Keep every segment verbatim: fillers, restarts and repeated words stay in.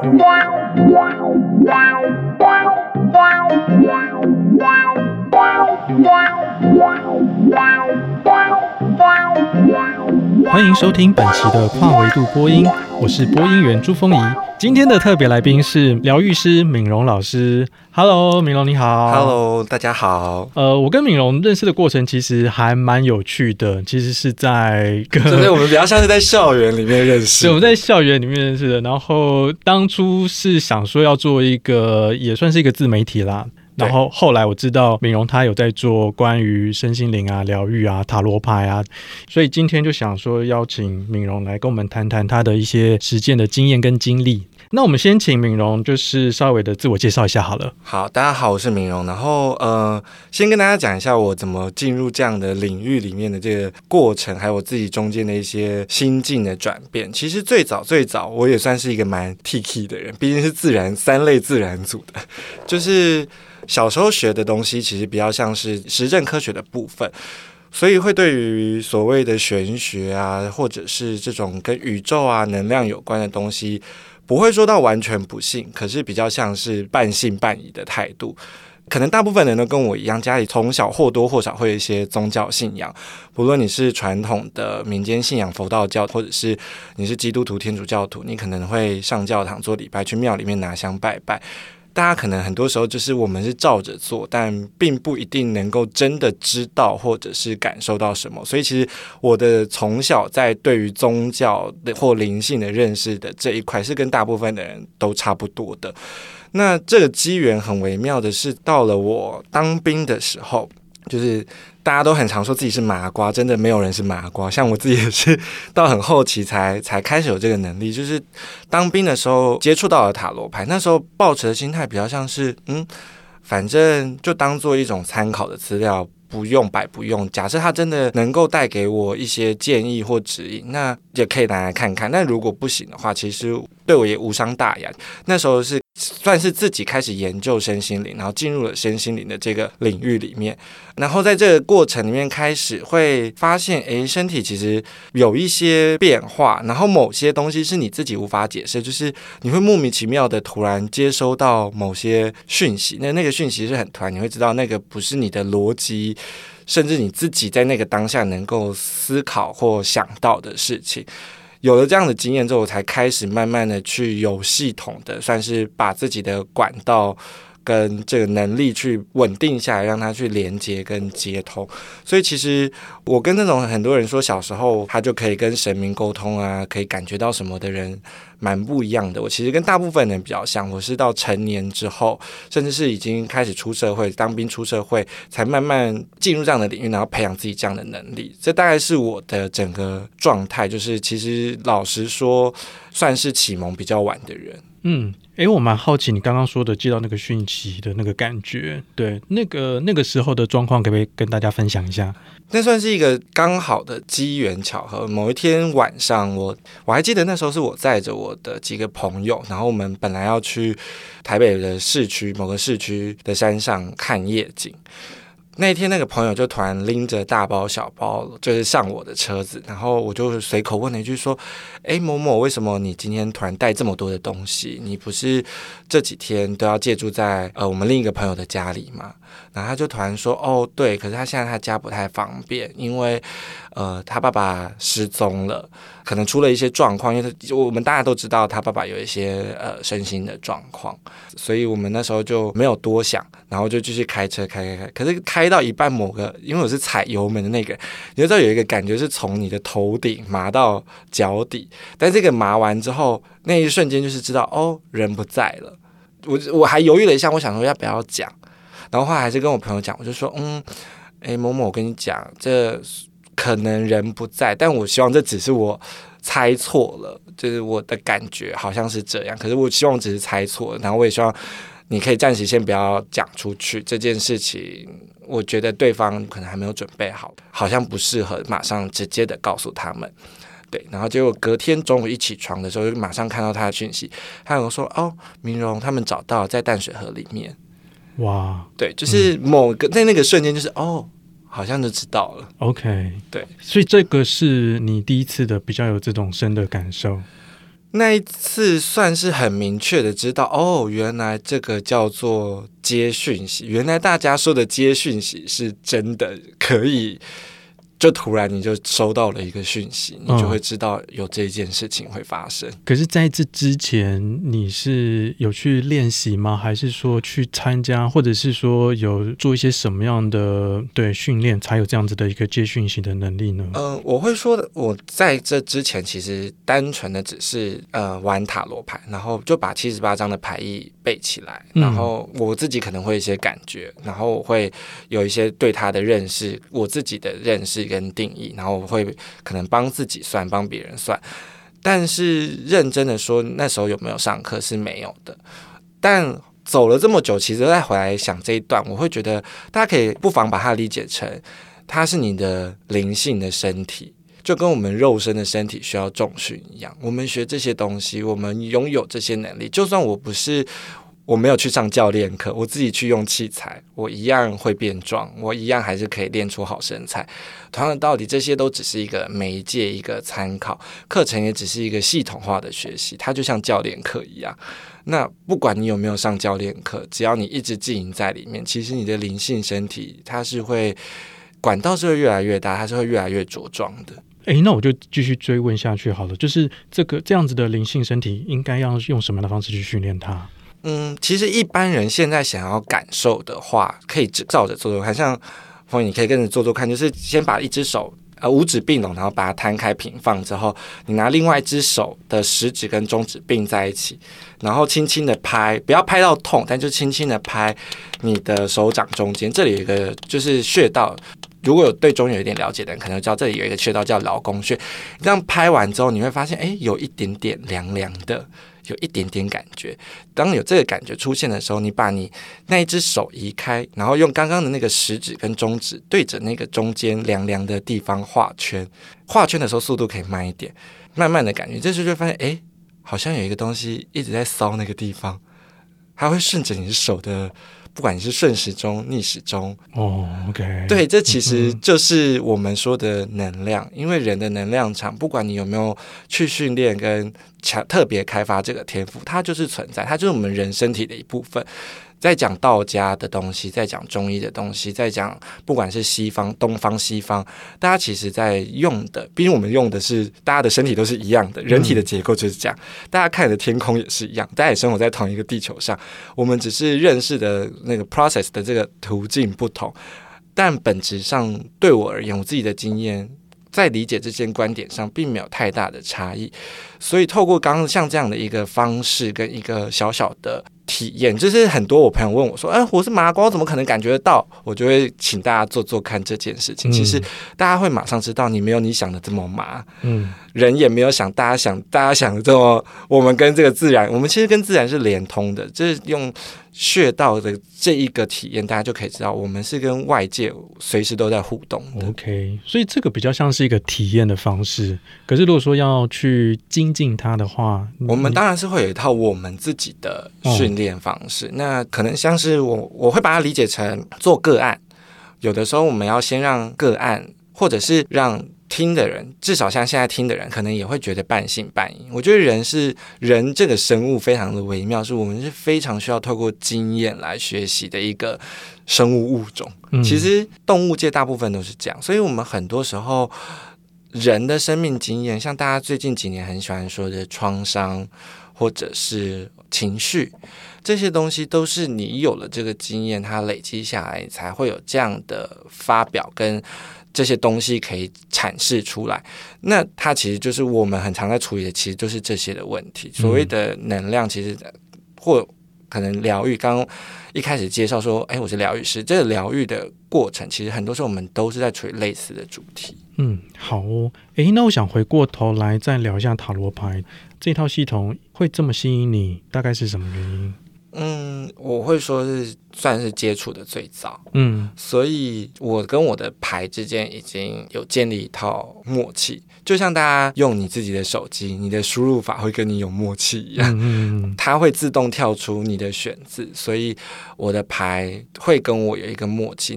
欢迎收听本期的跨维度播音，我是播音员朱峰仪。今天的特别来宾是疗愈师敏荣老师。Hello， 敏荣你好。 Hello， 大家好。 呃，我跟敏荣认识的过程其实还蛮有趣的，其实是在个， 就是我们比较像是在校园里面认识的。 对，我们在校园里面认识的。然后当初是想说要做一个，也算是一个自媒体啦。然后后来我知道敏荣他有在做关于身心灵啊、疗愈啊、塔罗牌啊，所以今天就想说邀请敏荣来跟我们谈谈他的一些实践的经验跟经历。那我们先请敏荣就是稍微的自我介绍一下好了。 好，大家好，我是敏荣。然后呃，先跟大家讲一下我怎么进入这样的领域里面的这个过程，还有我自己中间的一些心境的转变。其实最早最早我也算是一个蛮 T K 的人，毕竟是自然三类自然组的，就是小时候学的东西其实比较像是实证科学的部分，所以会对于所谓的玄学啊，或者是这种跟宇宙啊、能量有关的东西，不会说到完全不信，可是比较像是半信半疑的态度。可能大部分人都跟我一样，家里从小或多或少会有一些宗教信仰，不论你是传统的民间信仰佛道教，或者是你是基督徒、天主教徒，你可能会上教堂做礼拜，去庙里面拿香拜拜。大家可能很多时候就是我们是照着做，但并不一定能够真的知道或者是感受到什么。所以其实我的从小在对于宗教的或灵性的认识的这一块是跟大部分的人都差不多的。那这个机缘很微妙的是，到了我当兵的时候，就是大家都很常说自己是麻瓜，真的没有人是麻瓜。像我自己也是到很后期才才开始有这个能力，就是当兵的时候接触到了塔罗牌，那时候抱持的心态比较像是，嗯，反正就当做一种参考的资料，不用白不用。假设它真的能够带给我一些建议或指引，那也可以拿来看看。但如果不行的话，其实对我也无伤大雅。那时候是算是自己开始研究身心灵，然后进入了身心灵的这个领域里面。然后在这个过程里面开始会发现，诶，身体其实有一些变化，然后某些东西是你自己无法解释，就是你会莫名其妙的突然接收到某些讯息，那那个讯息是很突然，你会知道那个不是你的逻辑，甚至你自己在那个当下能够思考或想到的事情。有了这样的经验之后，我才开始慢慢的去有系统的，算是把自己的管道跟这个能力去稳定下来，让它去连接跟接通。所以其实我跟那种很多人说小时候他就可以跟神明沟通啊，可以感觉到什么的人蛮不一样的。我其实跟大部分人比较像，我是到成年之后，甚至是已经开始出社会，当兵出社会，才慢慢进入这样的领域，然后培养自己这样的能力。这大概是我的整个状态，就是其实老实说，算是启蒙比较晚的人。 嗯，诶，我蛮好奇你刚刚说的接到那个讯息的那个感觉，对，那个那个时候的状况，可不可以跟大家分享一下？ 那算是一个刚好的机缘巧合。某一天晚上我，我我还记得那时候是我载着我的几个朋友，然后我们本来要去台北的市区某个市区的山上看夜景。那一天那个朋友就突然拎着大包小包就是上我的车子，然后我就随口问了一句说，诶，某某，为什么你今天突然带这么多的东西？你不是这几天都要借住在呃我们另一个朋友的家里吗？然后他就突然说，哦对，可是他现在他家不太方便，因为呃他爸爸失踪了，可能出了一些状况，因为我们大家都知道他爸爸有一些呃身心的状况，所以我们那时候就没有多想，然后就继续开车开开开。可是开到一半，某个因为我是踩油门的那个，你就知道有一个感觉是从你的头顶麻到脚底，但这个麻完之后，那一瞬间就是知道哦人不在了。我我还犹豫了一下，我想说要不要讲，然后后来还是跟我朋友讲，我就说嗯，哎某某，我跟你讲，这可能人不在，但我希望这只是我猜错了，就是我的感觉好像是这样，可是我希望只是猜错了，然后我也希望你可以暂时先不要讲出去这件事情，我觉得对方可能还没有准备好，好像不适合马上直接的告诉他们。对，然后结果隔天中午一起床的时候，就马上看到他的讯息，他有说哦，明荣他们找到在淡水河里面。哇，对，就是某个、嗯、在那个瞬间，就是哦，好像就知道了。OK， 对，所以这个是你第一次的比较有这种深的感受。 那一次算是很明确的知道，哦，原来这个叫做接讯息，原来大家说的接讯息是真的可以，就突然你就收到了一个讯息，你就会知道有这件事情会发生。 嗯、可是在这之前你是有去练习吗？还是说去参加，或者是说有做一些什么样的对训练才有这样子的一个接讯息的能力呢？ 嗯、呃，我会说的，我在这之前其实单纯的只是呃玩塔罗牌，然后就把七十八张的牌意背起来，然后我自己可能会有一些感觉，然后我会有一些对它的认识，我自己的认识跟定义，然后我会可能帮自己算，帮别人算。但是认真的说，那时候有没有上课是没有的。但走了这么久，其实再回来想这一段，我会觉得大家可以不妨把它理解成，它是你的灵性的身体，就跟我们肉身的身体需要重训一样。我们学这些东西，我们拥有这些能力，就算我不是。我没有去上教练课，我自己去用器材，我一样会变壮，我一样还是可以练出好身材。同样的道理，这些都只是一个媒介，一个参考，课程也只是一个系统化的学习，它就像教练课一样。那不管你有没有上教练课，只要你一直经营在里面，其实你的灵性身体它是会管道是会越来越大，它是会越来越茁壮的。 诶，那我就继续追问下去好了，就是这个这样子的灵性身体应该要用什么样的方式去训练它？ 嗯，其实一般人现在想要感受的话，可以照着做做看。像风，你可以跟着做做看，就是先把一只手呃五指并拢，然后把它摊开平放之后，你拿另外一只手的食指跟中指并在一起，然后轻轻的拍，不要拍到痛，但就轻轻的拍你的手掌中间，这里有一个就是穴道。如果有对中医有一点了解的人，可能知道这里有一个穴道叫劳宫穴。这样拍完之后，你会发现，哎，有一点点凉凉的，有一点点感觉。当有这个感觉出现的时候，你把你那一只手移开，然后用刚刚的那个食指跟中指对着那个中间凉凉的地方画圈。画圈的时候速度可以慢一点，慢慢的感觉，这时候就发现，哎，好像有一个东西一直在搔那个地方，它会顺着你的手的。不管你是顺时钟、逆时钟， 哦、oh, ，OK， 对，这其实就是我们说的能量，因为人的能量场，不管你有没有去训练跟特别开发这个天赋，它就是存在，它就是我们人身体的一部分。在讲道家的东西，在讲中医的东西，在讲不管是西方、东方、西方，大家其实在用的，毕竟我们用的是大家的身体都是一样的，人体的结构就是这样，嗯、大家看的天空也是一样，大家也生活在同一个地球上，我们只是认识的那个 process 的这个途径不同，但本质上对我而言，我自己的经验。在理解这些观点上并没有太大的差异，所以透过刚刚像这样的一个方式跟一个小小的体验，就是很多我朋友问我说，哎，我是麻瓜，我怎么可能感觉得到？我就会请大家做做看这件事情。其实大家会马上知道，你没有你想的这么麻，嗯，人也没有想大家想大家想的这么，我们跟这个自然，我们其实跟自然是连通的，就是用穴道的这一个体验，大家就可以知道，我们是跟外界随时都在互动的。 OK， 所以这个比较像是一个体验的方式。可是如果说要去精进它的话， 我们当然是会有一套我们自己的训练方式。哦、那可能像是我我会把它理解成做个案，有的时候我们要先让个案，或者是让。听的人，至少像现在听的人，可能也会觉得半信半疑。我觉得人是人这个生物非常的微妙，是我们是非常需要透过经验来学习的一个生物物种。嗯、其实动物界大部分都是这样，所以我们很多时候人的生命经验，像大家最近几年很喜欢说的创伤，或者是情绪，这些东西都是你有了这个经验，它累积下来，才会有这样的发表跟。这些东西可以阐释出来，那它其实就是我们很常在处理的，其实就是这些的问题。所谓的能量，其实或可能疗愈，刚刚一开始介绍说，哎，我是疗愈师，这个疗愈的过程，其实很多时候我们都是在处理类似的主题。 嗯，好哦。哎，那我想回过头来再聊一下塔罗牌这套系统会这么吸引你，大概是什么原因？ 嗯，我会说是算是接触的最早， 嗯， 所以我跟我的牌之间已经有建立一套默契，就像大家用你自己的手机，你的输入法会跟你有默契一样，嗯嗯，它会自动跳出你的选字，所以我的牌会跟我有一个默契。那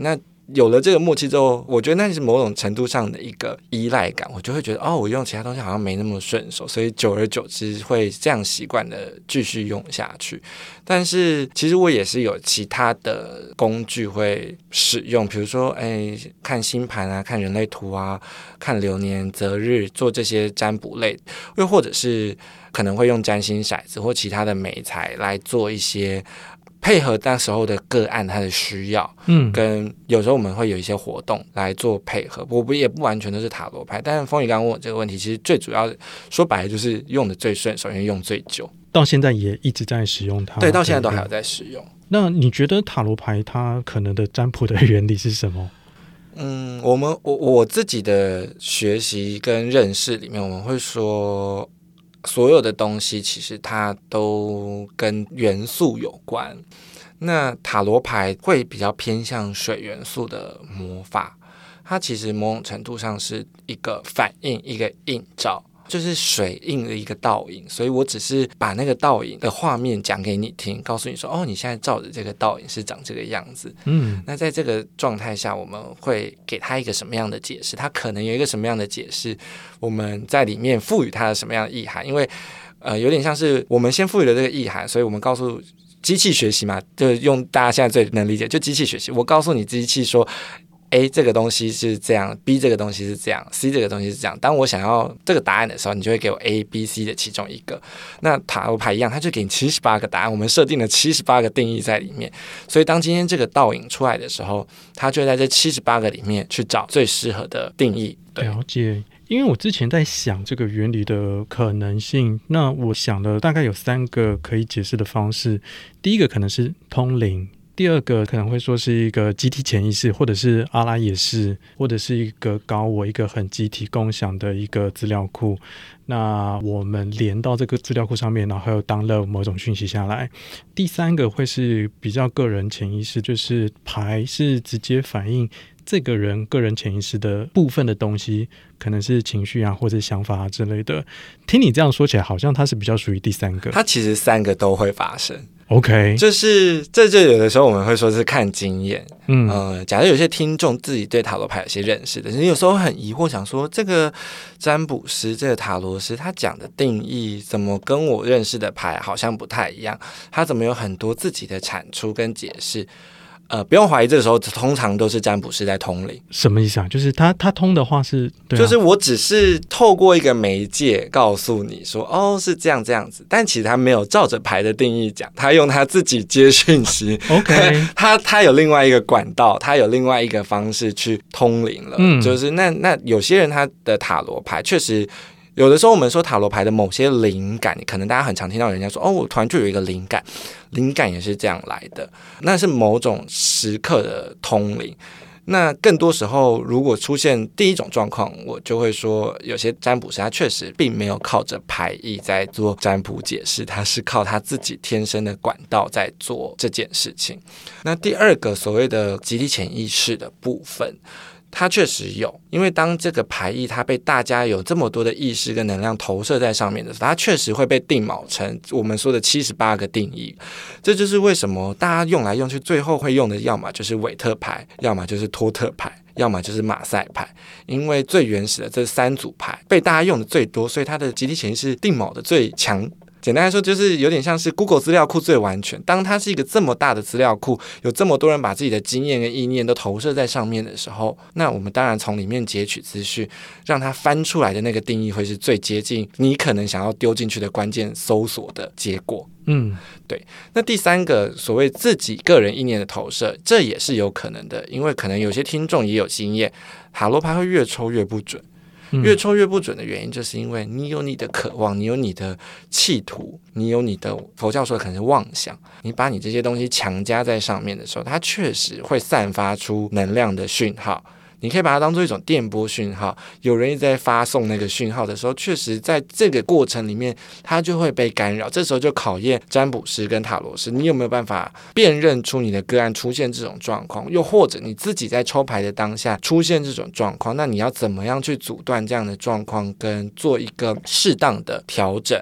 有了这个默契之后，我觉得那是某种程度上的一个依赖感，我就会觉得哦，我用其他东西好像没那么顺手，所以久而久之会这样习惯的继续用下去。但是其实我也是有其他的工具会使用，比如说哎，看星盘啊，看人类图啊，看流年择日，做这些占卜类，又或者是可能会用占星骰子或其他的媒材来做一些配合那时候的个案他的需要，嗯，跟有时候我们会有一些活动来做配合。我不也不完全都是塔罗牌，但是风雨刚刚问我这个问题，其实最主要说白了就是用的最顺手，因为用最久， 到现在也一直在使用它。 对，到现在都还有在使用。 那你觉得塔罗牌它可能的占卜的原理是什么？ 嗯，我们我我自己的学习跟认识里面，我们会说，所有的东西其实它都跟元素有关。那塔罗牌会比较偏向水元素的魔法，它其实某种程度上是一个反应，一个映照，就是水印的一个倒影，所以我只是把那个倒影的画面讲给你听，告诉你说，哦，你现在照着这个倒影是长这个样子。嗯，那在这个状态下，我们会给他一个什么样的解释？他可能有一个什么样的解释？我们在里面赋予它的什么样的意涵？因为呃，有点像是我们先赋予了这个意涵，所以我们告诉机器学习嘛，就用大家现在最能理解，就机器学习。我告诉你机器说A 这个东西是这样 ，B 这个东西是这样 ，C 这个东西是这样。当我想要这个答案的时候，你就会给我 A、B、C 的其中一个。那塔罗牌一样，它就给你七十八个答案，我们设定了七十八个定义在里面。所以当今天这个倒影出来的时候，它就会在这七十八个里面去找最适合的定义。 了解。因为我之前在想这个原理的可能性，那我想了大概有三个可以解释的方式。第一个可能是通灵，第二个可能会说是一个集体潜意识，或者是阿拉也是，或者是一个高我，一个很集体共享的一个资料库。那我们连到这个资料库上面，然后又当了某种讯息下来。第三个会是比较个人潜意识，就是牌是直接反映这个人个人潜意识的部分的东西，可能是情绪啊或者想法啊之类的。听你这样说起来，好像它是比较属于第三个。 它其实三个都会发生。 OK， 就是这就有的时候我们会说是看经验。嗯，呃，假如有些听众自己对塔罗牌有些认识的，你有时候很疑惑，想说这个占卜师、这个塔罗师他讲的定义怎么跟我认识的牌好像不太一样？他怎么有很多自己的产出跟解释？呃，不用怀疑，这个时候通常都是占卜师在通灵。 什么意思啊？就是他他通的话是，对啊， 就是我只是透过一个媒介告诉你说，哦，是这样这样子，但其实他没有照着牌的定义讲，他用他自己接讯息。OK， 他他有另外一个管道，他有另外一个方式去通灵了。嗯，就是那那有些人他的塔罗牌确实。有的时候我们说塔罗牌的某些灵感，可能大家很常听到人家说，哦，我突然就有一个灵感，灵感也是这样来的，那是某种时刻的通灵。那更多时候如果出现第一种状况，我就会说有些占卜师他确实并没有靠着牌意在做占卜解释，他是靠他自己天生的管道在做这件事情。那第二个所谓的集体潜意识的部分，它确实有，因为当这个牌意它被大家有这么多的意识跟能量投射在上面的时候，它确实会被定锚成我们说的七十八个定义。这就是为什么大家用来用去最后会用的要么就是韦特牌，要么就是托特牌，要么就是马赛牌，因为最原始的这三组牌被大家用的最多，所以它的集体潜意识定锚的最强。简单来说，就是有点像是 Google 资料库最完全。当它是一个这么大的资料库，有这么多人把自己的经验跟意念都投射在上面的时候，那我们当然从里面截取资讯，让它翻出来的那个定义会是最接近你可能想要丢进去的关键搜索的结果。嗯，对。那第三个所谓自己个人意念的投射，这也是有可能的，因为可能有些听众也有经验，塔罗牌会越抽越不准。越抽越不准的原因，就是因为你有你的渴望，你有你的企图，你有你的佛教说的可能是妄想，你把你这些东西强加在上面的时候，它确实会散发出能量的讯号。你可以把它当做一种电波讯号，有人一直在发送那个讯号的时候，确实在这个过程里面它就会被干扰。这时候就考验占卜师跟塔罗师，你有没有办法辨认出你的个案出现这种状况，又或者你自己在抽牌的当下出现这种状况，那你要怎么样去阻断这样的状况，跟做一个适当的调整，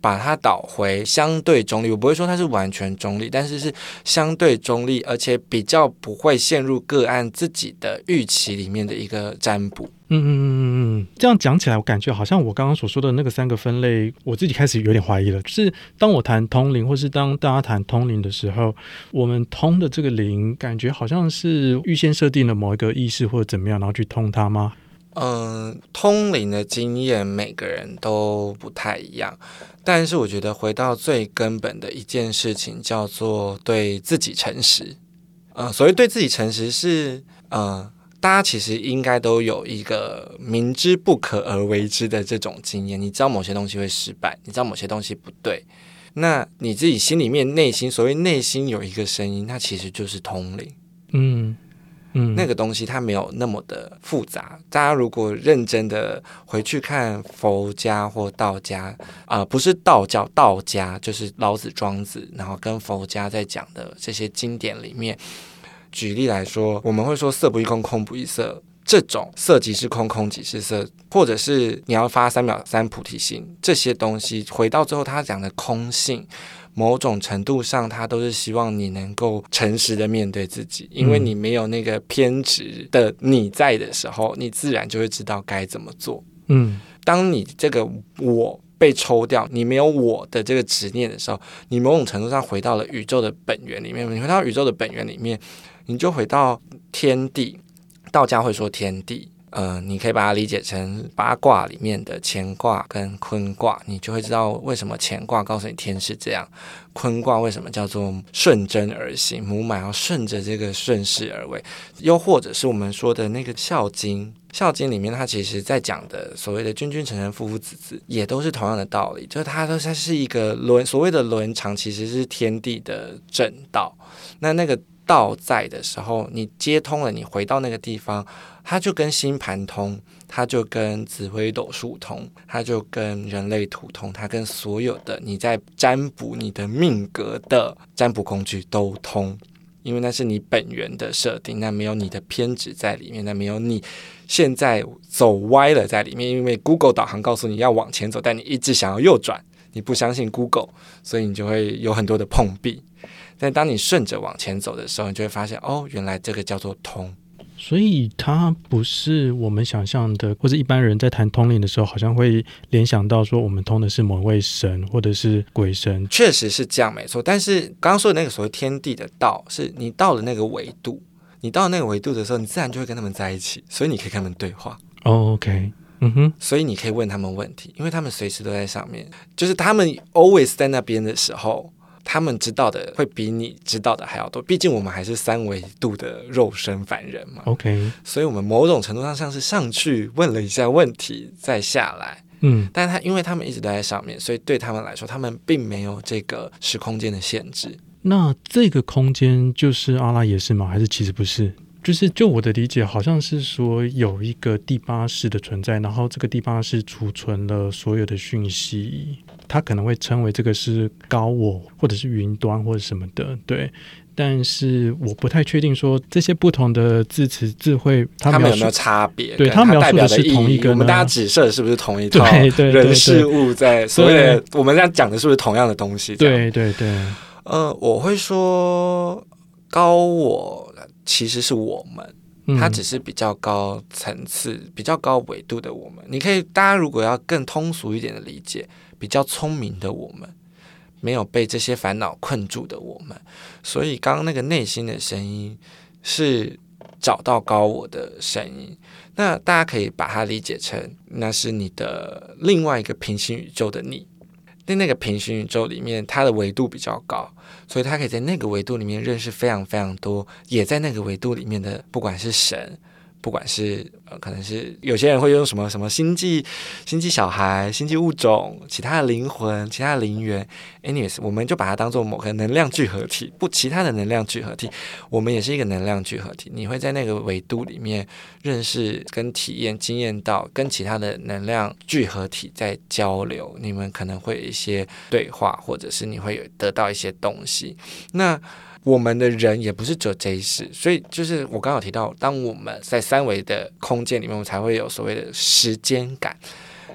把它导回相对中立，我不会说它是完全中立，但是是相对中立，而且比较不会陷入个案自己的预期里面的一个占卜。 嗯嗯嗯嗯，这样讲起来，我感觉好像我刚刚所说的那个三个分类，我自己开始有点怀疑了。就是当我谈通灵，或是当大家谈通灵的时候，我们通的这个灵，感觉好像是预先设定了某一个意识或者怎么样，然后去通它吗？ 嗯，通灵的经验每个人都不太一样，但是我觉得回到最根本的一件事情，叫做对自己诚实。呃，所谓对自己诚实是，呃，大家其实应该都有一个明知不可而为之的这种经验。你知道某些东西会失败，你知道某些东西不对，那你自己心里面内心，所谓内心有一个声音，它其实就是通灵。 嗯。嗯， 那个东西它没有那么的复杂。大家如果认真的回去看佛家或道家，呃，不是道教，道家就是老子、庄子，然后跟佛家在讲的这些经典里面，举例来说，我们会说色不异空，空不异色。这种色即是空，空即是色，或者是你要发三秒三菩提心，这些东西回到最后他讲的空性，某种程度上他都是希望你能够诚实的面对自己，因为你没有那个偏执的你在的时候，你自然就会知道该怎么做。嗯，当你这个我被抽掉，你没有我的这个执念的时候，你某种程度上回到了宇宙的本源里面，你回到宇宙的本源里面，你就回到天地。道家会说天地，呃，你可以把它理解成八卦里面的乾卦跟坤卦，你就会知道为什么乾卦告诉你天是这样，坤卦为什么叫做顺真而行，母马要顺着这个顺势而为。又或者是我们说的那个孝经，孝经里面它其实在讲的所谓的君君臣臣父父子子，也都是同样的道理，就是它都它是一个伦，所谓的伦常其实是天地的正道。那那个道在的时候，你接通了，你回到那个地方，它就跟星盘通，它就跟紫微斗数通，它就跟人类图通，它跟所有的你在占卜你的命格的占卜工具都通，因为那是你本源的设定，那没有你的偏执在里面，那没有你现在走歪了在里面，因为 Google 导航告诉你要往前走，但你一直想要右转，你不相信 Google， 所以你就会有很多的碰壁。但当你顺着往前走的时候，你就会发现，哦，原来这个叫做通。 所以它不是我们想象的，或者一般人在谈通灵的时候，好像会联想到说我们通的是某位神或者是鬼神。 确实是这样，没错。但是刚刚说的那个所谓天地的道，是你到了那个维度，你到了那个维度的时候，你自然就会跟他们在一起，所以你可以跟他们对话。 Oh, OK。嗯哼， 所以你可以问他们问题，因为他们随时都在上面，就是他们 always 在那边的时候，他们知道的会比你知道的还要多，毕竟我们还是三维度的肉身凡人嘛。 OK， 所以我们某种程度上像是上去问了一下问题再下来。嗯，但他因为他们一直都在上面，所以对他们来说，他们并没有这个时空间的限制。 那这个空间就是阿拉耶识吗？还是其实不是？就是就我的理解，好像是说有一个第八识的存在，然后这个第八识储存了所有的讯息，它可能会称为这个是高我，或者是云端或者什么的，对。但是我不太确定说这些不同的字词字汇， 它们有没有差别？ 对，它描述的是同一个呢？ 我们大家指涉的是不是同一套对对对人事物在所谓的我们这样讲的是不是同样的东西？ 对对对。 呃，我会说高我其实是我们，它只是比较高层次、比较高纬度的我们。你可以，大家如果要更通俗一点的理解，比较聪明的我们，没有被这些烦恼困住的我们。所以刚刚那个内心的声音是找到高我的声音，那大家可以把它理解成那是你的另外一个平行宇宙的你。在那个平行宇宙里面，它的维度比较高，所以它可以在那个维度里面认识非常非常多，也在那个维度里面的，不管是神，不管是呃，可能是有些人会用什么什么星际、星际小孩、星际物种、其他的灵魂、其他的灵源 ，anyways， 我们就把它当做某个能量聚合体，不，其他的能量聚合体，我们也是一个能量聚合体。你会在那个维度里面认识、跟体验、经验到跟其他的能量聚合体在交流，你们可能会有一些对话，或者是你会有得到一些东西。那我们的人也不是只有这一世，所以就是我刚刚有提到，当我们在三维的空间里面，我们才会有所谓的时间感。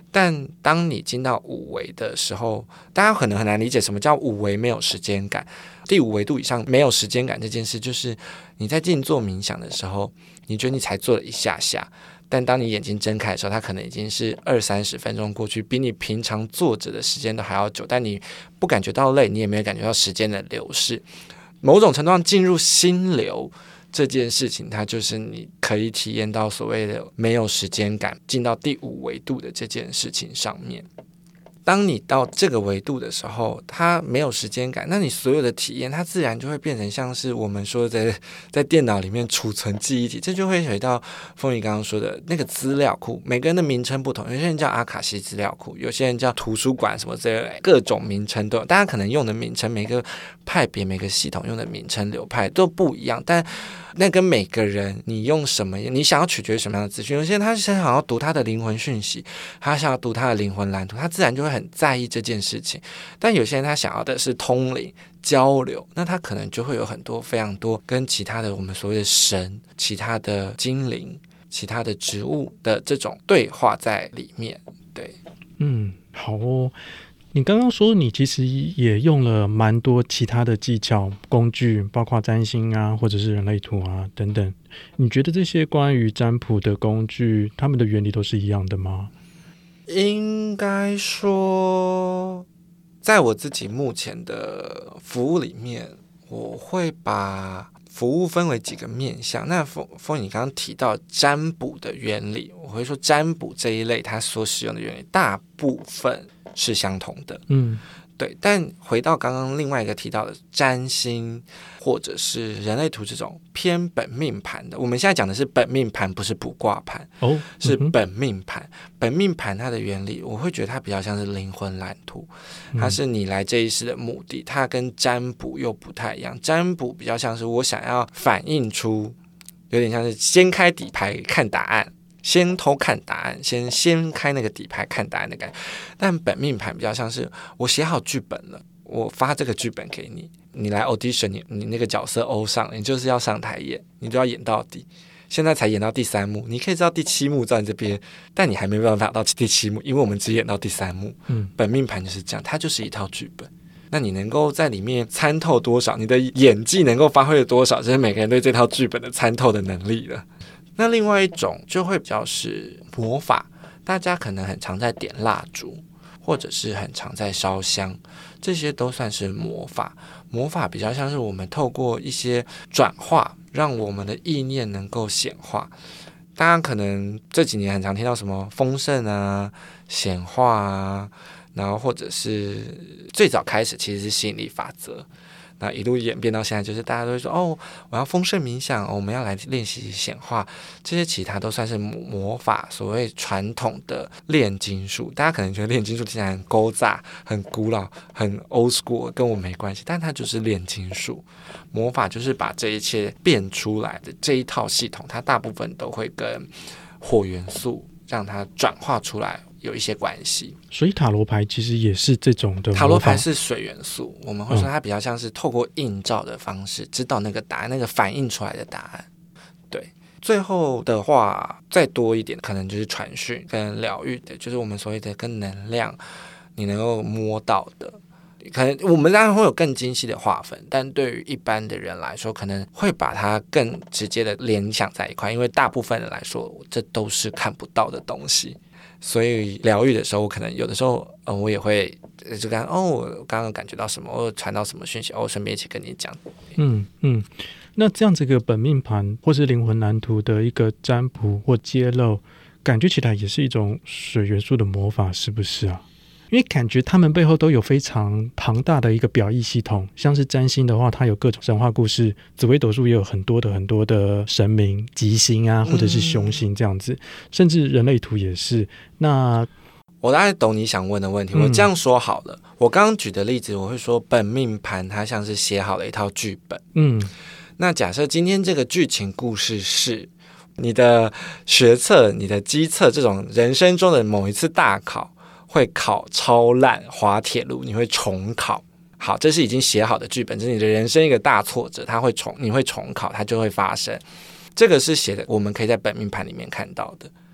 但当你进到五维的时候，大家可能很难理解什么叫五维没有时间感。第五维度以上没有时间感这件事，就是你在静坐冥想的时候，你觉得你才做了一下下，但当你眼睛睁开的时候，它可能已经是二三十分钟过去，比你平常坐着的时间都还要久，但你不感觉到累，你也没有感觉到时间的流逝。某种程度上进入心流这件事情，它就是你可以体验到所谓的没有时间感，进到第五维度的这件事情上面。当你到这个维度的时候，它没有时间感，那你所有的体验它自然就会变成像是我们说的在电脑里面储存记忆体，这就会回到风雨刚刚说的那个资料库。每个人的名称不同，有些人叫阿卡西资料库，有些人叫图书馆，什么这各种名称都有，大家可能用的名称，每个派别每个系统用的名称流派都不一样，但那跟每个人你用什么，你想要取决于什么样的资讯。有些人他是想要读他的灵魂讯息，他想要读他的灵魂蓝图，他自然就会很在意这件事情。但有些人他想要的是通灵交流，那他可能就会有很多非常多跟其他的我们所谓的神、其他的精灵、其他的植物的这种对话在里面。对， 嗯，好哦。你刚刚说你其实也用了蛮多其他的技巧工具，包括占星啊或者是人类图啊等等，你觉得这些关于占卜的工具它们的原理都是一样的吗？ 应该说在我自己目前的服务里面，我会把服务分为几个面向。那风风你刚刚提到占卜的原理，我会说占卜这一类它所使用的原理大部分是相同的， 嗯， 对。但回到刚刚另外一个提到的占星或者是人类图这种偏本命盘的，我们现在讲的是本命盘，不是卜卦盘， 哦， 是本命盘。本命盘它的原理，我会觉得它比较像是灵魂蓝图，它是你来这一世的目的，它跟占卜又不太一样。占卜比较像是我想要反映出，有点像是掀开底牌看答案，先偷看答案，先掀开那个底牌看答案的感觉。但本命盘比较像是我写好剧本了，我发这个剧本给你，你来 audition， 你, 你那个角色欧上，你就是要上台演，你就要演到底。现在才演到第三幕，你可以知道第七幕在你这边，但你还没办法到第七幕，因为我们只演到第三幕。嗯，本命盘就是这样，它就是一套剧本。那你能够在里面参透多少，你的演技能够发挥了多少，这是每个人对这套剧本的参透的能力了。那另外一种就会比较是魔法，大家可能很常在点蜡烛，或者是很常在烧香，这些都算是魔法。魔法比较像是我们透过一些转化，让我们的意念能够显化。大家可能这几年很常听到什么丰盛啊、显化啊，然后或者是最早开始其实是吸引力法则，那一路演变到现在，就是大家都会说哦，我要丰盛冥想、哦、我们要来练习显化，这些其他都算是魔法，所谓传统的炼金术。大家可能觉得炼金术听起来很勾诈、很古老、很 old school， 跟我没关系，但它就是炼金术。魔法就是把这一切变出来的这一套系统，它大部分都会跟火元素让它转化出来有一些关系。 所以塔罗牌其实也是这种的魔法。 塔罗牌是水元素，我们会说它比较像是透过映照的方式、嗯、知道那个答案，那个反映出来的答案。对，最后的话再多一点可能就是传讯跟疗愈的，就是我们所谓的跟能量你能够摸到的。可能我们当然会有更精细的划分，但对于一般的人来说，可能会把它更直接的联想在一块，因为大部分人来说这都是看不到的东西。所以疗愈的时候，我可能有的时候、呃、我也会就刚哦，我刚刚感觉到什么，我传到什么讯息，哦，顺便一起跟你讲。 嗯嗯，那这样子一个本命盘或是灵魂蓝图的一个占卜或揭露，感觉起来也是一种水元素的魔法，是不是啊？因为感觉他们背后都有非常庞大的一个表意系统，像是占星的话，它有各种神话故事，紫微斗数也有很多的很多的神明、吉星啊，或者是凶星这样子、嗯、甚至人类图也是。那我大概懂你想问的问题，我这样说好了、嗯、我刚刚举的例子，我会说本命盘它像是写好了一套剧本。嗯，那假设今天这个剧情故事是你的学测、你的基测这种人生中的某一次大考会考超烂，滑铁卢，你会重考。好，这是已经写好的剧本，这是你的人生一个大挫折，它会重，你会重考，它就会发生。这个是写的，我们可以在本命盘里面看到的。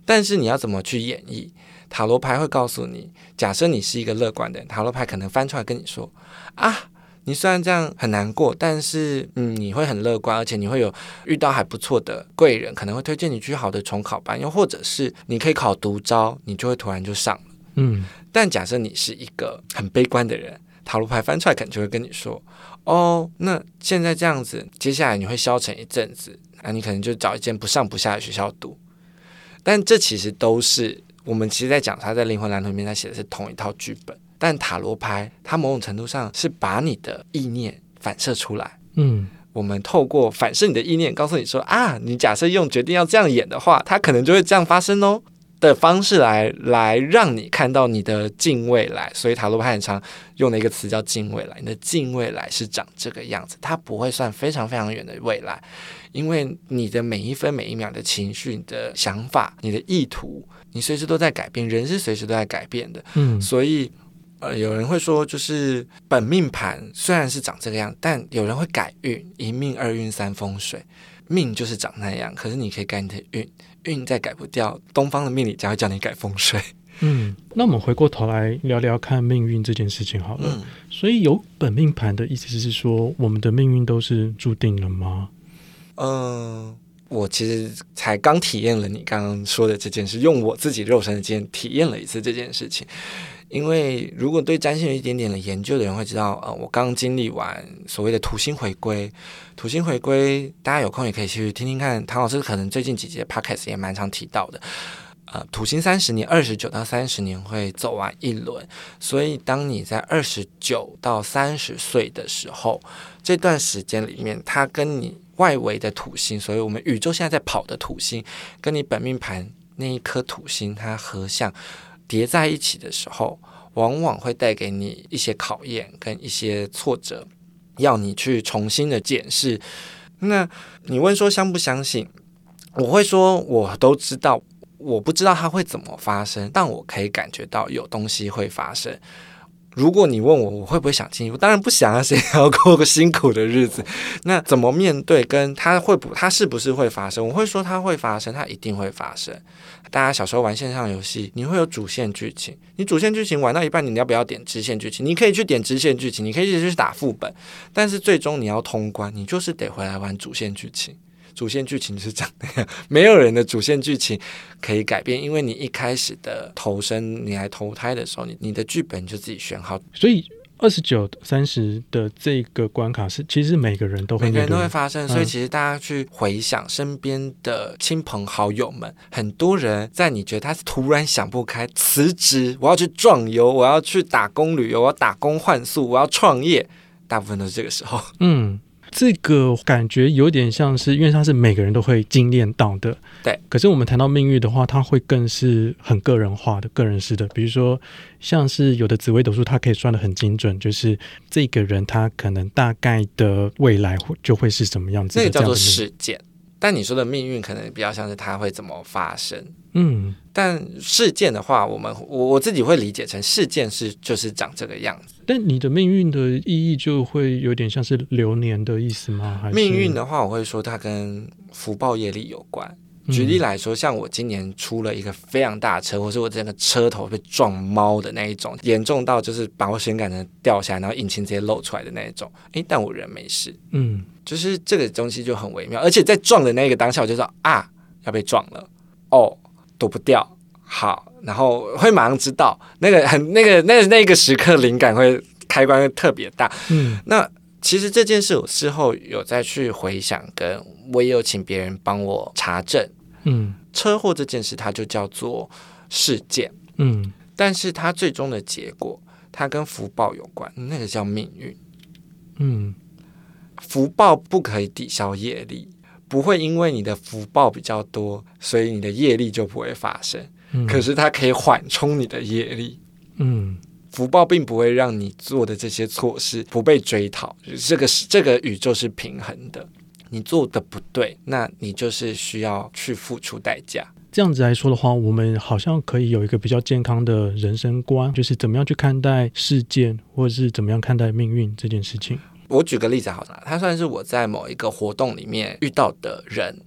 但是你要怎么去演绎？塔罗牌会告诉你，假设你是一个乐观的人，塔罗牌可能翻出来跟你说啊，你虽然这样很难过，但是嗯，你会很乐观，而且你会有遇到还不错的贵人，可能会推荐你去好的重考班，又或者是你可以考独招，你就会突然就上了。 嗯， 但假设你是一个很悲观的人，塔罗牌翻出来可能就会跟你说，哦，那现在这样子，接下来你会消沉一阵子，那你可能就找一间不上不下的学校读。但这其实都是我们其实在讲，他在灵魂蓝图里面他写的是同一套剧本，但塔罗牌它某种程度上是把你的意念反射出来。 嗯， 我们透过反射你的意念，告诉你说啊，你假设用决定要这样演的话，它可能就会这样发生哦的方式来来让你看到你的近未来。所以塔罗牌很常用的一个词叫近未来，你的近未来是长这个样子，它不会算非常非常远的未来，因为你的每一分每一秒的情绪、你的想法、你的意图，你随时都在改变，人是随时都在改变的。嗯，所以呃，有人会说，就是本命盘虽然是长这个样，但有人会改运，一命二运三风水，命就是长那样，可是你可以改你的运，运再改不掉，东方的命理家会叫你改风水。 嗯，那我们回过头来聊聊看命运这件事情好了。嗯，所以有本命盘的意思是说，我们的命运都是注定了吗？ 嗯、呃，我其实才刚体验了你刚刚说的这件事，用我自己肉身的经验体验了一次这件事情。因为如果对占星有一点点的研究的人会知道，呃，我刚经历完所谓的土星回归，土星回归，大家有空也可以去听听看，唐老师可能最近几集的 podcast 也蛮常提到的。呃，土星三十年，二十九到三十年会走完一轮，所以当你在二十九到三十岁的时候，这段时间里面，它跟你外围的土星，所以我们宇宙现在在跑的土星，跟你本命盘那一颗土星它合相叠在一起的时候，往往会带给你一些考验跟一些挫折，要你去重新的检视。那你问说相不相信，我会说我都知道，我不知道它会怎么发生，但我可以感觉到有东西会发生。如果你问我我会不会想进入，当然不想啊，谁要过个辛苦的日子？那怎么面对，跟它会不它是不是会发生？我会说它会发生，它一定会发生。大家小时候玩线上游戏，你会有主线剧情，你主线剧情玩到一半，你要不要点支线剧情？你可以去点支线剧情，你可以去打副本，但是最终你要通关，你就是得回来玩主线剧情。主线剧情是这样，没有人的主线剧情可以改变，因为你一开始的投身，你来投胎的时候，你你的剧本就自己选好。 所以二十九、三十的这个关卡是，其实每个人都会， 每个人都会发生。所以其实大家去回想身边的亲朋好友们，很多人在你觉得他突然想不开，辞职，我要去壮游，我要去打工旅游，我要打工换宿，我要创业，大部分都是这个时候。 嗯。这个感觉有点像是，因为它是每个人都会经验到的， 对。 可是我们谈到命运的话，它会更是很个人化的、个人式的。比如说，像是有的紫微斗数，它可以算得很精准，就是这个人他可能大概的未来就会是什么样子的， 那个叫做事件。但你说的命运可能比较像是它会怎么发生。嗯，但事件的话，我们我我自己会理解成事件是就是长这个样子。 但你的命运的意义就会有点像是流年的意思吗？还是命运的话，我会说它跟福报业力有关。举例来说，像我今年出了一个非常大的车，或是我整个车头被撞猫的那一种，严重到就是保险杆能掉下来，然后引擎直接露出来的那一种。诶，但我人没事。嗯，就是这个东西就很微妙，而且在撞的那个当下，我就说啊，要被撞了，哦，躲不掉，好，然后会马上知道那个很那个那那个时刻灵感会开关会特别大。嗯，那其实这件事我事后有再去回想，跟我也有请别人帮我查证。嗯，车祸这件事它就叫做事件。嗯，但是它最终的结果，它跟福报有关，那个叫命运。嗯，福报不可以抵消业力，不会因为你的福报比较多，所以你的业力就不会发生。嗯，可是它可以缓冲你的业力。嗯。福报并不会让你做的这些错事不被追讨，这个这个宇宙是平衡的，你做的不对，那你就是需要去付出代价。 这样子来说的话，我们好像可以有一个比较健康的人生观，就是怎么样去看待事件，或者是怎么样看待命运这件事情。 我举个例子好了，他算是我在某一个活动里面遇到的人，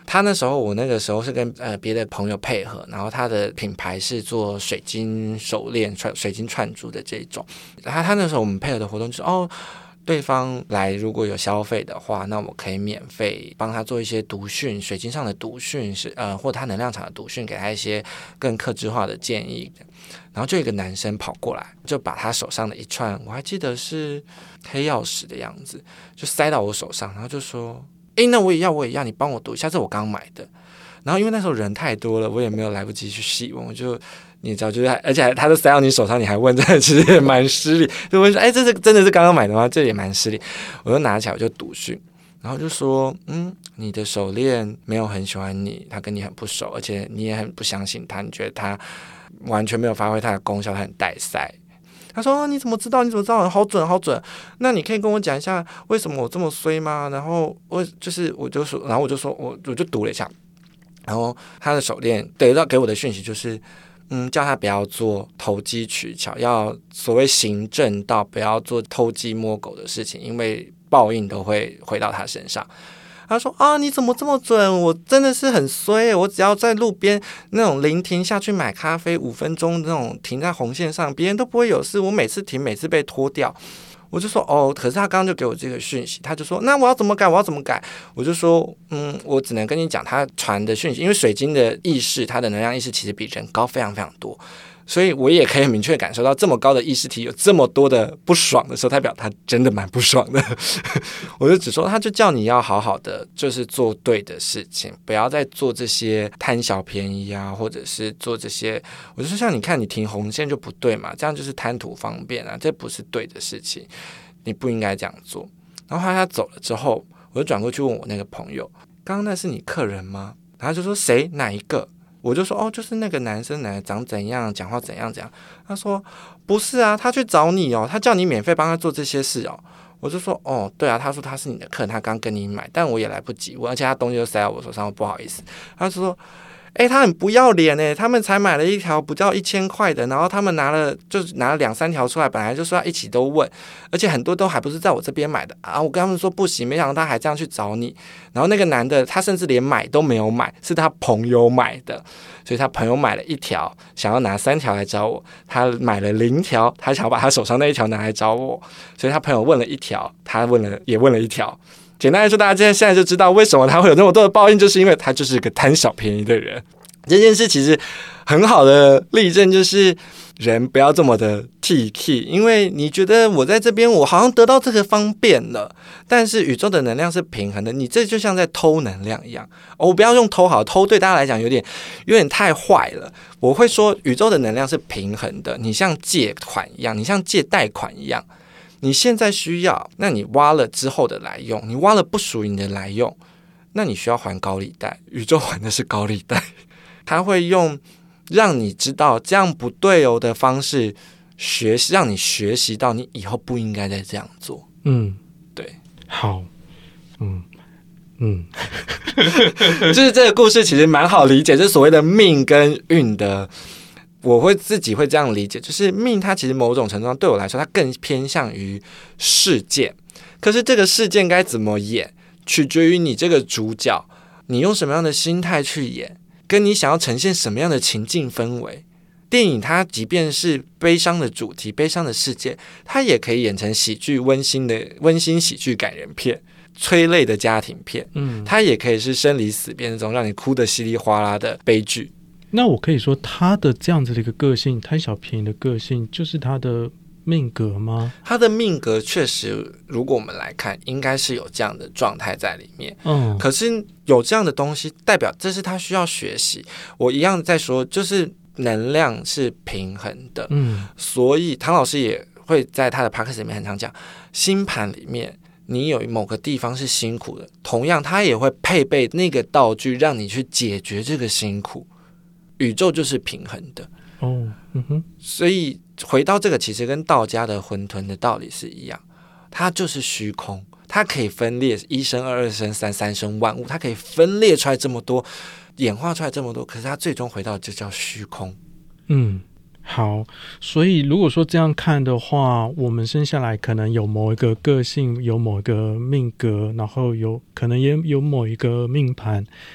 他那时候我那个时候是跟呃别的朋友配合，然后他的品牌是做水晶手链、水晶串珠的这种。他他那时候我们配合的活动就是哦，对方来如果有消费的话，那我可以免费帮他做一些读讯，水晶上的读讯是呃或他能量场的读讯，给他一些更客制化的建议。然后就有一个男生跑过来，就把他手上的一串，我还记得是黑曜石的样子，就塞到我手上，然后就说：“诶，那我也要，我也要，你帮我读一下，这我刚买的。”然后因为那时候人太多了，我也没有来不及去细问，我就你知道，就是而且他都塞到你手上，你还问，这其实也蛮失礼。就问说：“哎，这是真的是刚刚买的吗？”这也蛮失礼。我就拿起来，我就读讯，然后就说：“嗯，你的手链没有很喜欢你，他跟你很不熟，而且你也很不相信他，你觉得他完全没有发挥他的功效，他很带塞。”他说、哦、你怎么知道？你怎么知道？好准，好准！那你可以跟我讲一下为什么我这么衰吗？然后我就是我就说，然后我就说我我就读了一下，然后他的手链得到给我的讯息就是，嗯，叫他不要做投机取巧，要所谓行正道，不要做偷鸡摸狗的事情，因为报应都会回到他身上。他说啊，你怎么这么准？我真的是很衰，我只要在路边那种临停下去买咖啡，五分钟那种停在红线上，别人都不会有事。我每次停，每次被拖掉。我就说哦，可是他刚刚就给我这个讯息，他就说那我要怎么改？我要怎么改？我就说嗯，我只能跟你讲他传的讯息，因为水晶的意识，它的能量意识其实比人高非常非常多。所以我也可以明确感受到，这么高的意识体有这么多的不爽的时候，代表他真的蛮不爽的。我就只说，他就叫你要好好的，就是做对的事情，不要再做这些贪小便宜啊，或者是做这些。我就说，像你看，你停红线就不对嘛，这样就是贪图方便啊，这不是对的事情，你不应该这样做。然后他走了之后，我就转过去问我那个朋友，刚刚那是你客人吗？然后他就说谁哪一个？我就说哦，就是那个男生男长怎样，讲话怎样怎样。他说不是啊，他去找你哦，他叫你免费帮他做这些事哦。我就说哦，对啊，他说他是你的客人，他刚跟你买，但我也来不及问，而且他东西就塞到我手上，我不好意思。他就说哎、欸，他很不要脸哎，他们才买了一条不到一千块的，然后他们拿了就是拿了两三条出来，本来就说要一起都问，而且很多都还不是在我这边买的啊。我跟他们说不行，没想到他还这样去找你。然后那个男的他甚至连买都没有买，是他朋友买的，所以他朋友买了一条，想要拿三条来找我，他买了零条，他想要把他手上那一条拿来找我，所以他朋友问了一条，他问了也问了一条。简单来说，大家现在就知道为什么他会有那么多的报应，就是因为他就是个贪小便宜的人。这件事其实很好的例证就是人不要这么的 T K， 因为你觉得我在这边我好像得到这个方便了，但是宇宙的能量是平衡的，你这就像在偷能量一样。哦，我不要用偷好，偷对大家来讲有点有点太坏了。我会说宇宙的能量是平衡的，你像借款一样，你像借贷款一样。你现在需要，那你挖了之后的来用，你挖了不属于你的来用，那你需要还高利贷，宇宙还的是高利贷，他会用让你知道这样不对哦的方式学习，让你学习到你以后不应该再这样做。 嗯， 对， 好，嗯嗯， 就是这个故事其实蛮好理解，就是所谓的命跟运的。我会自己会这样理解，就是命它其实某种程度上对我来说，它更偏向于事件。可是这个事件该怎么演，取决于你这个主角，你用什么样的心态去演，跟你想要呈现什么样的情境氛围。电影它即便是悲伤的主题、悲伤的事件，它也可以演成喜剧、温馨的温馨喜剧感人片、催泪的家庭片。嗯，它也可以是生离死别那种让你哭得稀里哗啦的悲剧。 那我可以说他的这样子的一个个性，贪小便宜的个性，就是他的命格吗？ 他的命格确实，如果我们来看，应该是有这样的状态在里面。嗯，可是有这样的东西，代表这是他需要学习。我一样在说，就是能量是平衡的。嗯，所以唐老师也会在他的 podcast 里面很常讲，星盘里面你有某个地方是辛苦的，同样他也会配备那个道具，让你去解决这个辛苦。宇宙就是平衡的哦，嗯哼，所以回到这个，其实跟道家的混沌的道理是一样，它就是虚空，它可以分裂一生、二二生、三三生万物，它可以分裂出来这么多，演化出来这么多，可是它最终回到就叫虚空。 嗯，好，所以如果说这样看的话，我们生下来可能有某一个个性，有某一个命格，然后有可能也有某一个命盘。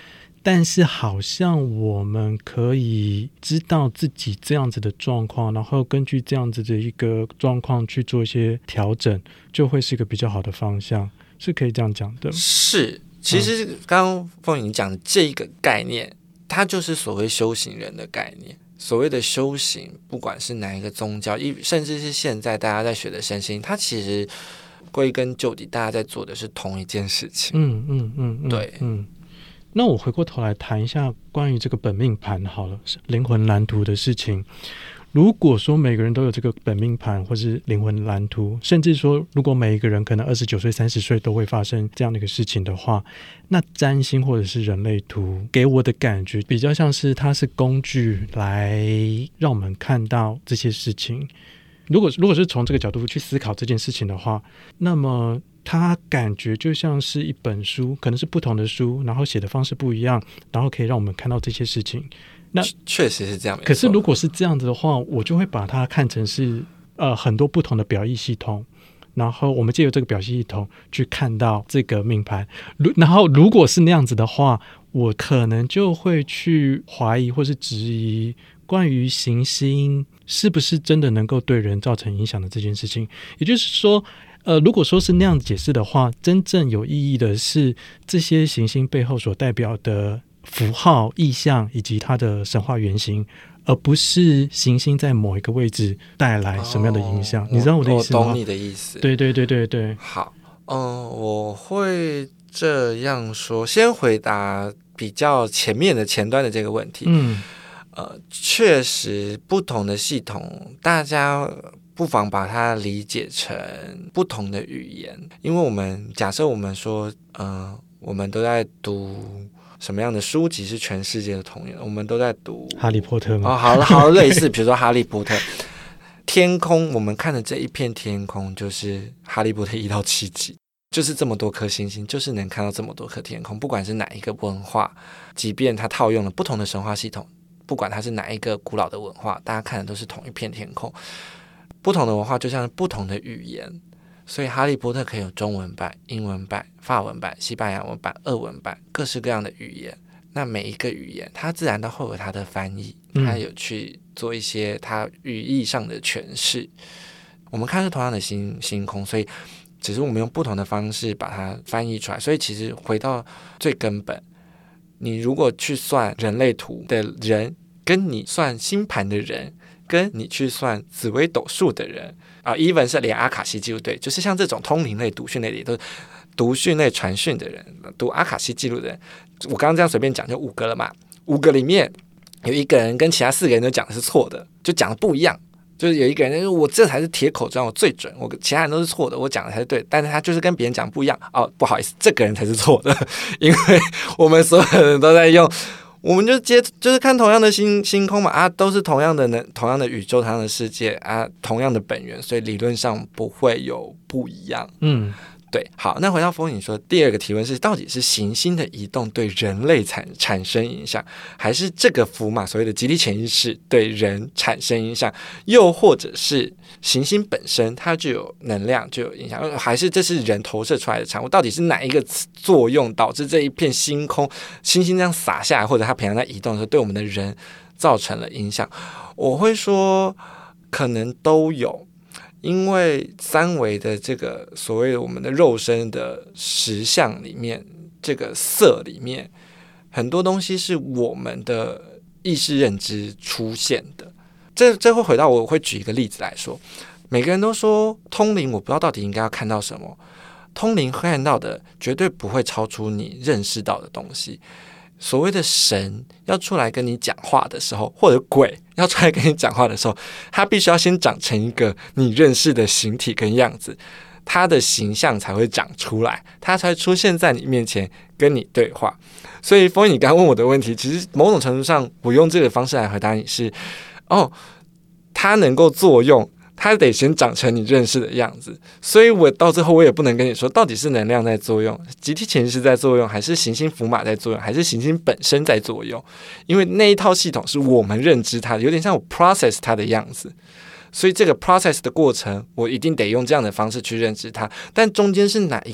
但是好像我们可以知道自己这样子的状况，然后根据这样子的一个状况去做一些调整，就会是一个比较好的方向，是可以这样讲的。 是，其实刚刚凤颖讲的这个概念，它就是所谓修行人的概念。所谓的修行，不管是哪一个宗教，甚至是现在大家在学的身心，它其实归根究底，大家在做的是同一件事情。 嗯嗯嗯嗯， 对， 嗯。那我回过头来谈一下关于这个本命盘好了，灵魂蓝图的事情。如果说每个人都有这个本命盘或是灵魂蓝图，甚至说如果每一个人可能二十九岁三十岁都会发生这样的一个事情的话，那占星或者是人类图给我的感觉比较像是它是工具来让我们看到这些事情。如果如果是从这个角度去思考这件事情的话，那么它感觉就像是一本书，可能是不同的书，然后写的方式不一样，然后可以让我们看到这些事情。那确实是这样， 可是如果是这样子的话，我就会把它看成是呃很多不同的表意系统，然后我们借由这个表意系统去看到这个命盘。然后如果是那样子的话，我可能就会去怀疑或是质疑关于行星是不是真的能够对人造成影响的这件事情。也就是说呃，如果说是那样解释的话，真正有意义的是这些行星背后所代表的符号、意象以及它的神话原型，而不是行星在某一个位置带来什么样的影响。哦、你知道我的意思吗？ 我懂你的意思。 对对对对对。 好，嗯，我会这样说，先回答比较前面的前端的这个问题。 嗯， 呃，确实不同的系统，大家不妨把它理解成不同的语言，因为我们假设我们说，呃，我们都在读什么样的书籍是全世界的同样，我们都在读哈利波特吗？ 哦，好了好了，类似，比如说哈利波特，天空，我们看的这一片天空就是哈利波特一到七集，就是这么多颗星星，就是能看到这么多颗天空，不管是哪一个文化，即便它套用了不同的神话系统，不管它是哪一个古老的文化，大家看的都是同一片天空。不同的文化就像是不同的语言，所以哈利波特可以有中文版、英文版、法文版、西班牙文版、俄文版，各式各样的语言。那每一个语言它自然都会有它的翻译，它有去做一些它语义上的诠释。我们看是同样的星星空，所以只是我们用不同的方式把它翻译出来。所以其实回到最根本，你如果去算人类图的人，跟你算星盘的人，跟你去算紫微斗数的人啊 ，even 是连阿卡西记录，对，就是像这种通灵类、读讯类的，也都读讯类传讯的人，读阿卡西记录的人，我刚刚这样随便讲就五个了嘛，五个里面有一个人跟其他四个人都讲的是错的，就讲的不一样。就是有一个人，我这才是铁口专，我最准，我其他人都是错的，我讲的才是对的，但是他就是跟别人讲不一样。哦，不好意思，这个人才是错的，因为我们所有人都在用。我们就接就是看同样的星星空嘛，啊，都是同样的能同样的宇宙，同样的世界啊，同样的本源，所以理论上不会有不一样。嗯，对。好，那回到风影说，第二个提问是，到底是行星的移动对人类产产生影响，还是这个符码所谓的集体潜意识对人产生影响，又或者是行星本身它就有能量就有影响，还是这是人投射出来的产物？到底是哪一个作用导致这一片星空星星这样洒下来，或者它平常在移动的时候对我们的人造成了影响？我会说可能都有，因为三维的这个所谓的我们的肉身的实相里面，这个色里面很多东西是我们的意识认知出现的。这这会回到我会举一个例子来说，每个人都说通灵，我不知道到底应该要看到什么。通灵看到的绝对不会超出你认识到的东西。所谓的神要出来跟你讲话的时候，或者鬼要出来跟你讲话的时候，他必须要先长成一个你认识的形体跟样子，他的形象才会长出来，他才会出现在你面前跟你对话。所以风，你刚刚问我的问题，其实某种程度上我用这个方式来回答你是，哦，它能够作用，它得先长成你认识的样子，所以我到最后我也不能跟你说到底是能量在作用，集体潜意识在作用，还是行星符码在作用，还是行星本身在作用，因为那一套系统是我们认知它的，有点像我 process 它的样子，所以这个 process 的过程我一定得用这样的方式去认知它，但中间是哪一个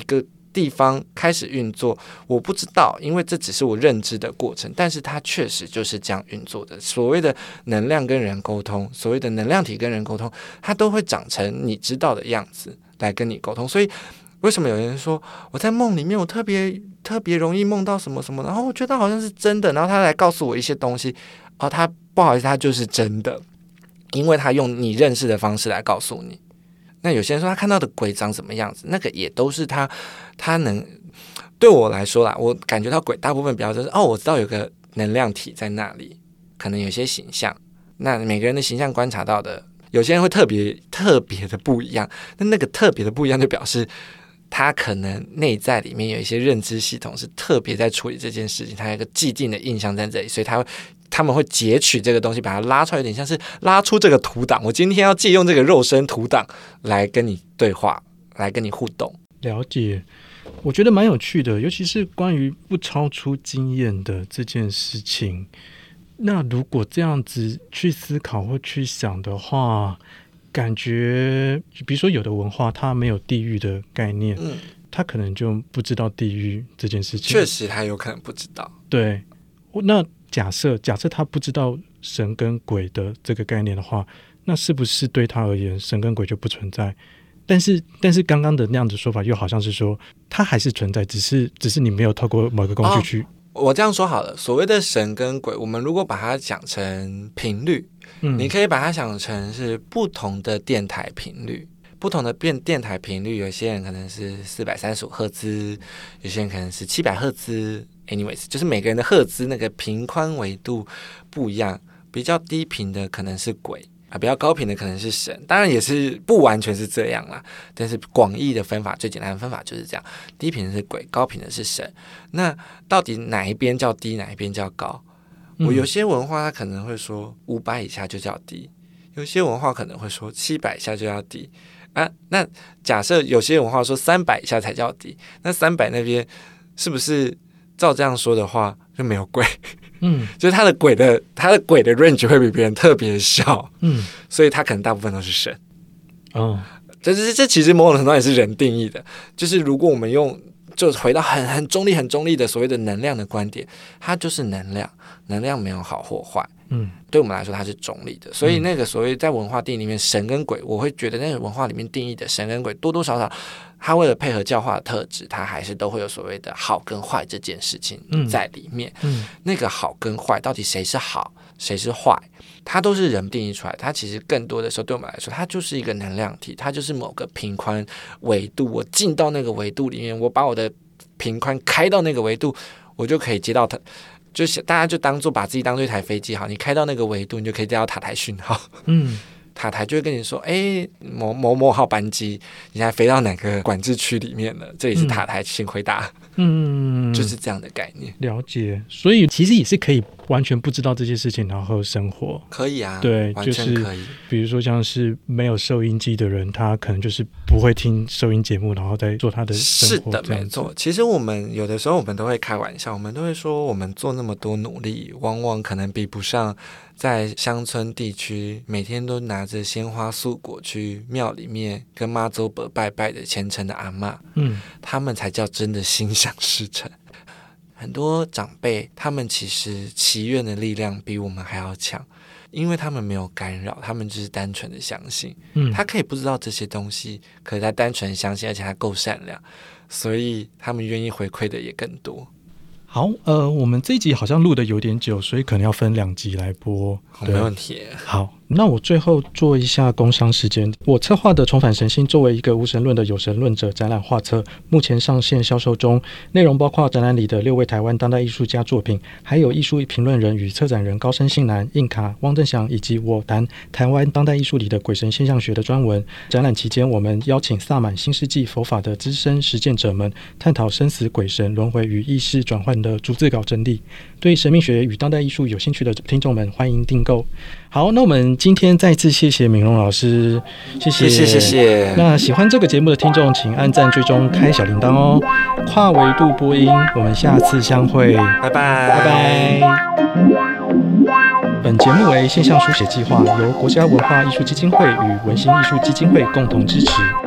地方开始运作，我不知道，因为这只是我认知的过程，但是它确实就是这样运作的。所谓的能量跟人沟通，所谓的能量体跟人沟通，它都会长成你知道的样子来跟你沟通。所以为什么有人说我在梦里面我特别特别容易梦到什么什么，然后我觉得好像是真的，然后他来告诉我一些东西，哦，他不好意思，他就是真的，因为他用你认识的方式来告诉你。那有些人说他看到的鬼长什么样子，那个也都是他他能对我来说啦，我感觉到鬼大部分比较就是哦，我知道有个能量体在那里，可能有些形象，那每个人的形象观察到的，有些人会特别特别的不一样，那那个特别的不一样就表示他可能内在里面有一些认知系统是特别在处理这件事情，他有一个既定的印象在这里，所以他会他们会截取这个东西把它拉出来，有点像是拉出这个图档，我今天要借用这个肉身图档来跟你对话，来跟你互动。 了解，我觉得蛮有趣的，尤其是关于不超出经验的这件事情。那如果这样子去思考或去想的话，感觉比如说有的文化它没有地狱的概念，嗯，他可能就不知道地狱这件事情。 确实他有可能不知道。 对，那假设假设他不知道神跟鬼的这个概念的话，那是不是对他而言神跟鬼就不存在？但是但是刚刚的那样子说法又好像是说它还是存在，只是只是你没有透过某个工具去、 哦、我这样说好了，所谓的神跟鬼，我们如果把它讲成频率、嗯、你可以把它想成是不同的电台频率，不同的变电台频率，有些人可能是四百三十五赫兹，有些人可能是七百赫兹。anyways， 就是每个人的赫兹那个频宽维度不一样，比较低频的可能是鬼啊，比较高频的可能是神，当然也是不完全是这样啦，但是广义的分法，最简单的分法就是这样，低频的是鬼，高频的是神。那到底哪一边叫低，哪一边叫高？我有些文化它可能会说五百以下就叫低，有些文化可能会说七百以下就叫低啊。那假设有些文化说三百以下才叫低，那三百那边是不是照这样说的话就没有鬼？嗯，就是他的鬼的他的鬼的 range 会比别人特别小，嗯，所以他可能大部分都是神。哦，这这这其实某种程度也是人定义的，就是如果我们用就回到很很中立很中立的所谓的能量的观点，它就是能量，能量没有好或坏。嗯，对我们来说它是中立的，所以那个所谓在文化定义里面神跟鬼，我会觉得那个文化里面定义的神跟鬼多多少少它为了配合教化的特质，它还是都会有所谓的好跟坏这件事情在里面。嗯嗯、那个好跟坏到底谁是好谁是坏，它都是人定义出来，它其实更多的时候对我们来说它就是一个能量体，它就是某个频宽维度，我进到那个维度里面，我把我的频宽开到那个维度，我就可以接到它，就是大家就当做把自己当做一台飞机好，你开到那个维度，你就可以接到塔台讯号。嗯，塔台就会跟你说，哎，某某某号班机，你现在飞到哪个管制区里面了？这里是塔台，请回答。嗯，就是这样的概念。 了解，所以其实也是可以完全不知道这些事情，然后生活。 可以啊， 对， 完全可以。 就是比如说像是没有收音机的人，他可能就是不会听收音节目，然后再做他的生活。 是的，没错。其实我们有的时候我们都会开玩笑，我们都会说，我们做那么多努力，往往可能比不上在乡村地区每天都拿着鲜花素果去庙里面跟妈祖伯拜拜的虔诚的阿嬷，嗯，他们才叫真的心想事成。很多长辈他们其实祈愿的力量比我们还要强，因为他们没有干扰，他们只是单纯的相信。嗯，他可以不知道这些东西，可是他单纯相信，而且他够善良，所以他们愿意回馈的也更多。 好，呃，我们这一集好像录的有点久，所以可能要分两集来播。 没问题。 好，那我最后做一下工商时间。我策划的《重返神性》作为一个无神论的有神论者展览画册，目前上线销售中。内容包括展览里的六位台湾当代艺术家作品，还有艺术评论人与策展人高生信男、印卡、汪正祥以及我谈台湾当代艺术里的鬼神现象学的专文。展览期间，我们邀请萨满新世纪佛法的资深实践者们，探讨生死、鬼神、轮回与意识转换的逐字稿整理。对神秘学与当代艺术有兴趣的听众们，欢迎订购。好，那我们今天再次谢谢敏荣老师，谢谢谢谢谢谢。 那喜欢这个节目的听众，请按赞、追踪、开小铃铛哦。跨维度播音，我们下次相会， 拜拜拜拜。本节目为现象书写计划，由国家文化艺术基金会与文心艺术基金会共同支持。